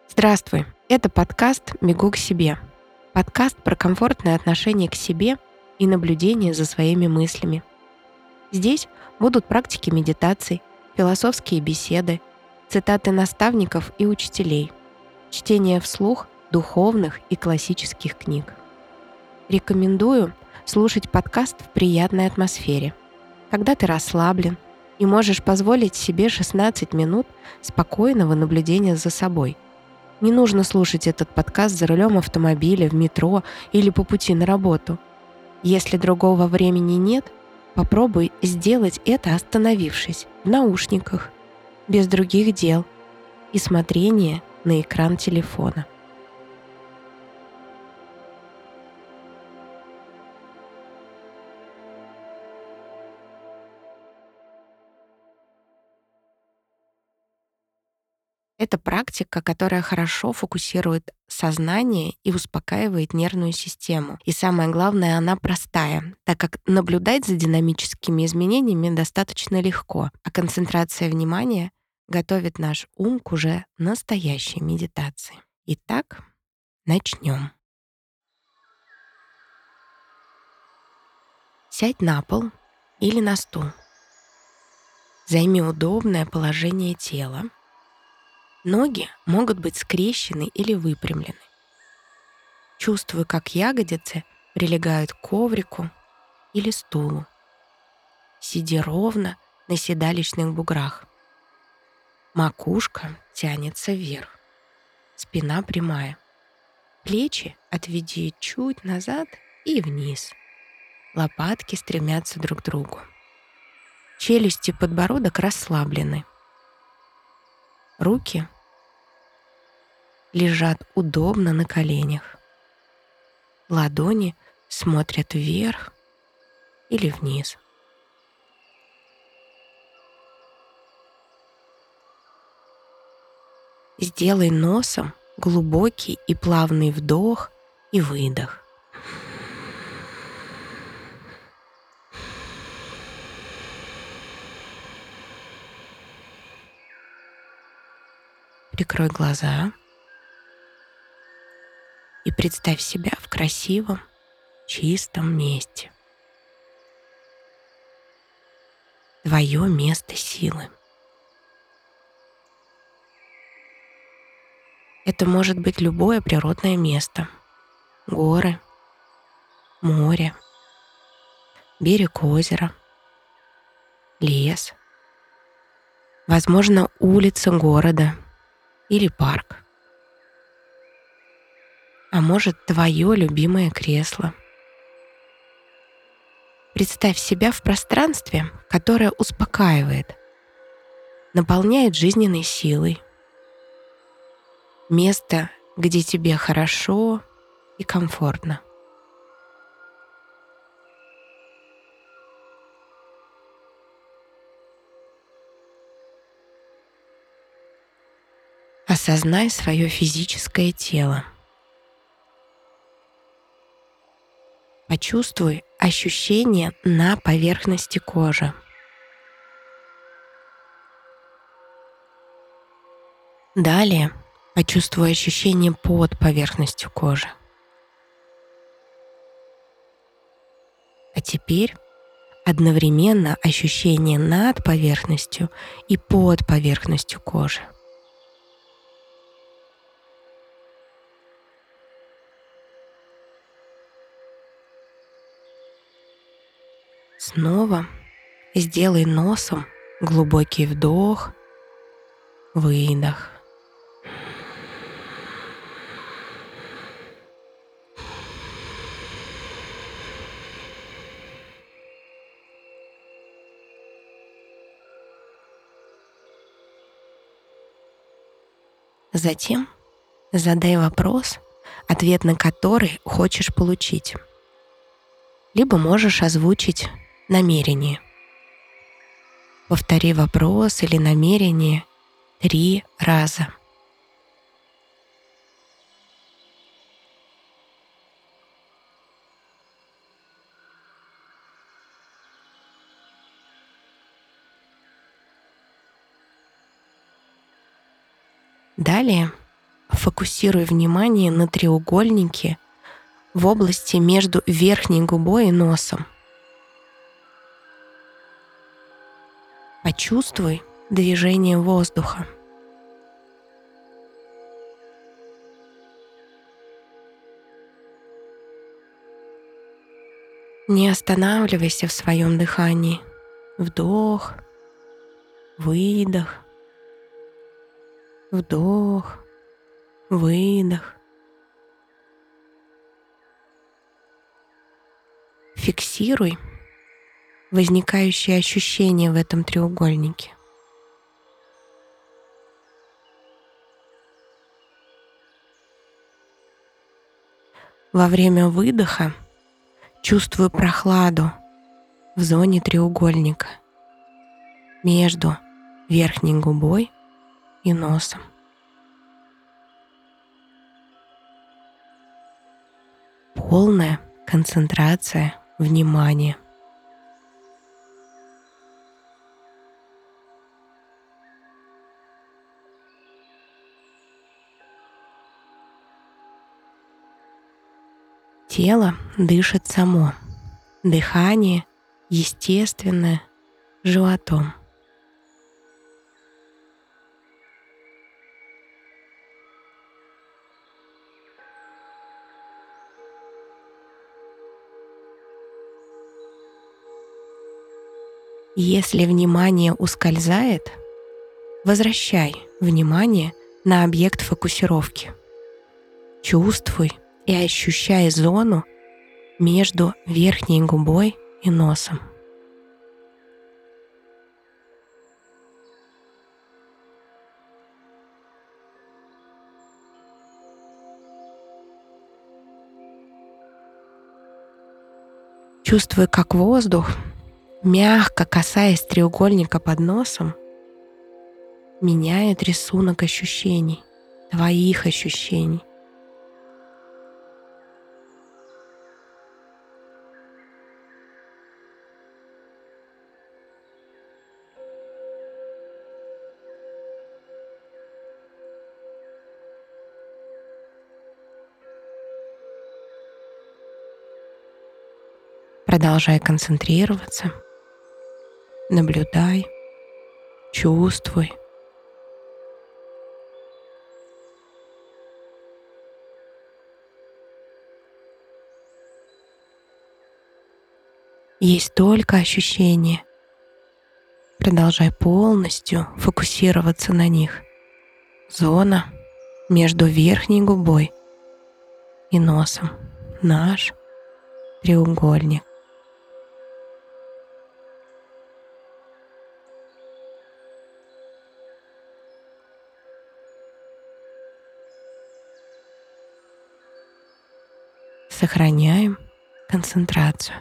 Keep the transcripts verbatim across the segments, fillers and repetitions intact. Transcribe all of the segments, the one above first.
Здравствуй! Это подкаст «Бегу к себе». Подкаст про комфортное отношение к себе и наблюдение за своими мыслями. Здесь будут практики медитаций, философские беседы, цитаты наставников и учителей, чтение вслух духовных и классических книг. Рекомендую слушать подкаст в приятной атмосфере, когда ты расслаблен и можешь позволить себе шестнадцать минут спокойного наблюдения за собой. Не нужно слушать этот подкаст за рулем автомобиля, в метро или по пути на работу. Если другого времени нет, попробуй сделать это, остановившись в наушниках, без других дел и смотрения на экран телефона. Это практика, которая хорошо фокусирует сознание и успокаивает нервную систему. И самое главное, она простая, так как наблюдать за динамическими изменениями достаточно легко, а концентрация внимания готовит наш ум к уже настоящей медитации. Итак, начнем. Сядь на пол или на стул. Займи удобное положение тела. Ноги могут быть скрещены или выпрямлены. Чувствуй, как ягодицы прилегают к коврику или стулу. Сиди ровно на седалищных буграх. Макушка тянется вверх. Спина прямая. Плечи отведи чуть назад и вниз. Лопатки стремятся друг к другу. Челюсти и подбородок расслаблены. Руки лежат удобно на коленях. Ладони смотрят вверх или вниз. Сделай носом глубокий и плавный вдох и выдох. Прикрой глаза и представь себя в красивом, чистом месте. Твое место силы. Это может быть любое природное место. Горы, море, берег озера, лес. Возможно, улица города или парк. А может, твое любимое кресло. Представь себя в пространстве, которое успокаивает, наполняет жизненной силой. Место, где тебе хорошо и комфортно. Осознай свое физическое тело. Почувствуй ощущения на поверхности кожи. Далее почувствуй ощущения под поверхностью кожи. А теперь одновременно ощущения над поверхностью и под поверхностью кожи. Снова сделай носом глубокий вдох, выдох. Затем задай вопрос, ответ на который хочешь получить. Либо можешь озвучить намерение. Повтори вопрос или намерение три раза. Далее сфокусируй внимание на треугольнике в области между верхней губой и носом. Почувствуй движение воздуха. Не останавливайся в своем дыхании. Вдох, выдох, вдох, выдох. Фиксируй возникающие ощущения в этом треугольнике. Во время выдоха чувствую прохладу в зоне треугольника между верхней губой и носом. Полная концентрация внимания. Тело дышит само. Дыхание естественное, животом. Если внимание ускользает, возвращай внимание на объект фокусировки. Чувствуй и ощущай зону между верхней губой и носом. Чувствуй, как воздух, мягко касаясь треугольника под носом, меняет рисунок ощущений, твоих ощущений. Продолжай концентрироваться, наблюдай, чувствуй. Есть только ощущения. Продолжай полностью фокусироваться на них. Зона между верхней губой и носом. Наш треугольник. Сохраняем концентрацию.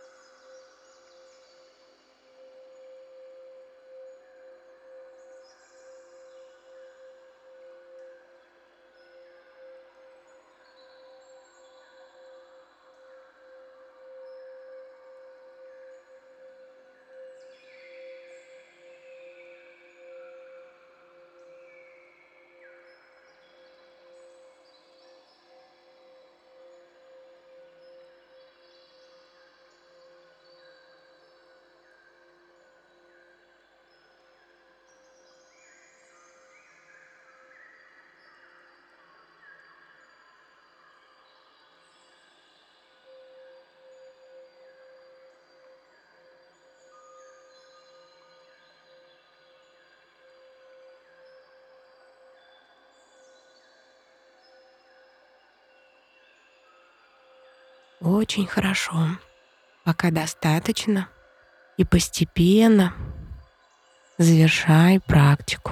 Очень хорошо. Пока достаточно. И постепенно завершай практику.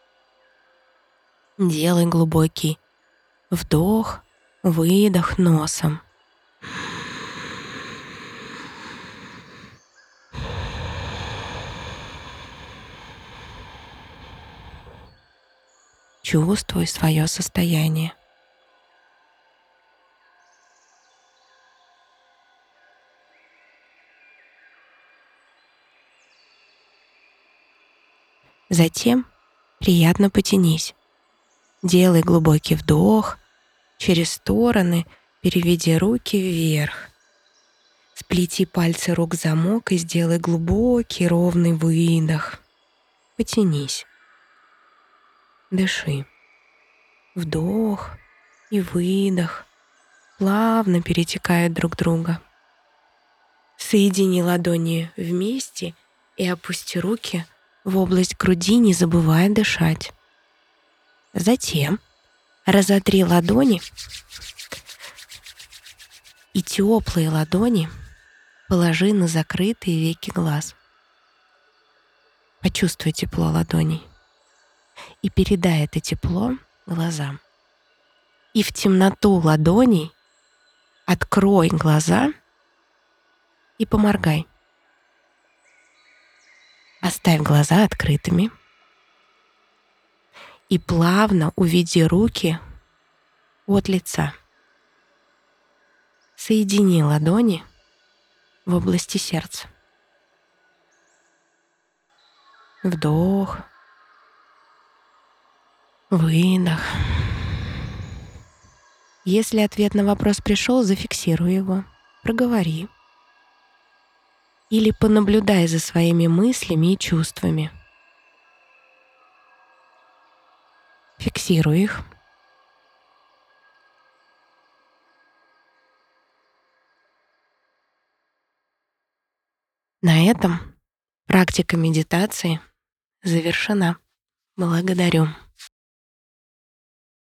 Делай глубокий вдох, выдох носом. Чувствуй свое состояние. Затем приятно потянись. Делай глубокий вдох через стороны, переведи руки вверх. Сплети пальцы рук в замок и сделай глубокий ровный выдох. Потянись. Дыши. Вдох и выдох плавно перетекают друг в друга. Соедини ладони вместе и опусти руки в область груди, не забывая дышать. Затем разотри ладони и теплые ладони положи на закрытые веки глаз. Почувствуй тепло ладоней и передай это тепло глазам. И в темноту ладоней открой глаза и поморгай. Оставь глаза открытыми и плавно уведи руки от лица. Соедини ладони в области сердца. Вдох, выдох. Если ответ на вопрос пришел, зафиксируй его, проговори. Или понаблюдай за своими мыслями и чувствами. Фиксируй их. На этом практика медитации завершена. Благодарю.